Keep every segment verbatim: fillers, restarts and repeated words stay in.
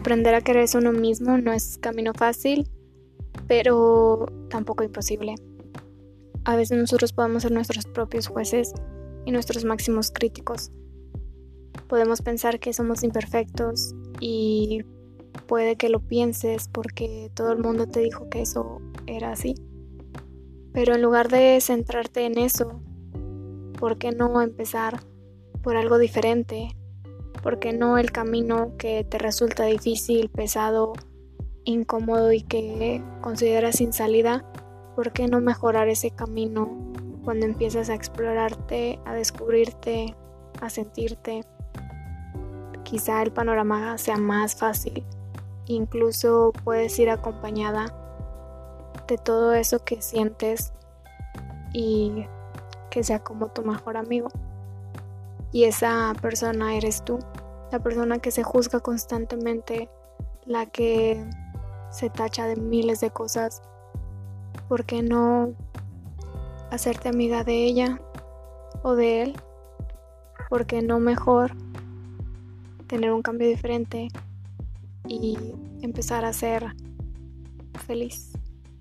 aprender a quererse uno mismo no es camino fácil, pero tampoco imposible. A veces nosotros podemos ser nuestros propios jueces y nuestros máximos críticos. Podemos pensar que somos imperfectos y puede que lo pienses porque todo el mundo te dijo que eso era así. Pero en lugar de centrarte en eso, ¿por qué no empezar por algo diferente? ¿Por qué no el camino que te resulta difícil, pesado, incómodo y que consideras sin salida? ¿Por qué no mejorar ese camino cuando empiezas a explorarte, a descubrirte, a sentirte? Quizá el panorama sea más fácil. Incluso puedes ir acompañada de todo eso que sientes y que sea como tu mejor amigo. Y esa persona eres tú, la persona que se juzga constantemente, la que se tacha de miles de cosas. ¿Por qué no hacerte amiga de ella o de él? ¿Por qué no mejor tener un cambio diferente y empezar a ser feliz?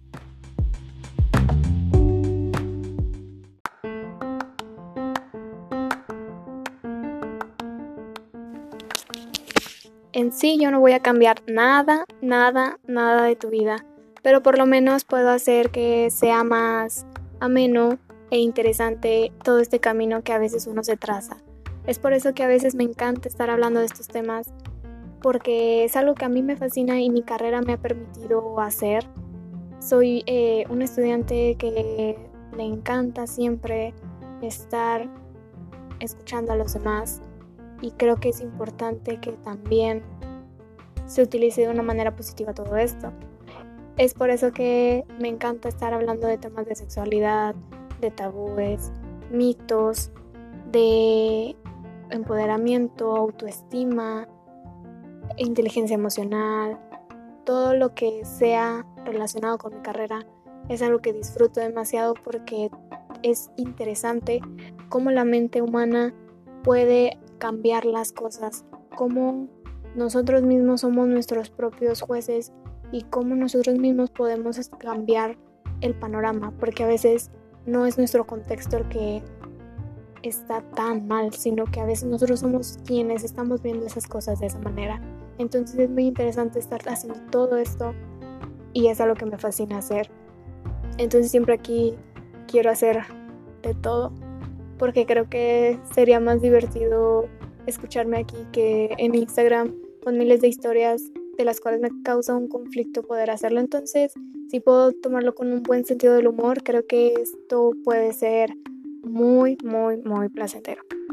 En sí yo no voy a cambiar nada, nada, nada de tu vida, pero por lo menos puedo hacer que sea más ameno e interesante todo este camino que a veces uno se traza. Es por eso que a veces me encanta estar hablando de estos temas, porque es algo que a mí me fascina y mi carrera me ha permitido hacer. Soy eh, un estudiante que le encanta siempre estar escuchando a los demás. Y creo que es importante que también se utilice de una manera positiva todo esto. Es por eso que me encanta estar hablando de temas de sexualidad, de tabúes, mitos, de empoderamiento, autoestima, inteligencia emocional. Todo lo que sea relacionado con mi carrera es algo que disfruto demasiado porque es interesante cómo la mente humana puede cambiar las cosas, cómo nosotros mismos somos nuestros propios jueces y cómo nosotros mismos podemos cambiar el panorama, porque a veces no es nuestro contexto el que está tan mal, sino que a veces nosotros somos quienes estamos viendo esas cosas de esa manera. Entonces es muy interesante estar haciendo todo esto y es algo que me fascina hacer. Entonces siempre aquí quiero hacer de todo, porque creo que sería más divertido escucharme aquí que en Instagram con miles de historias de las cuales me causa un conflicto poder hacerlo. Entonces, si puedo tomarlo con un buen sentido del humor, creo que esto puede ser muy, muy, muy placentero.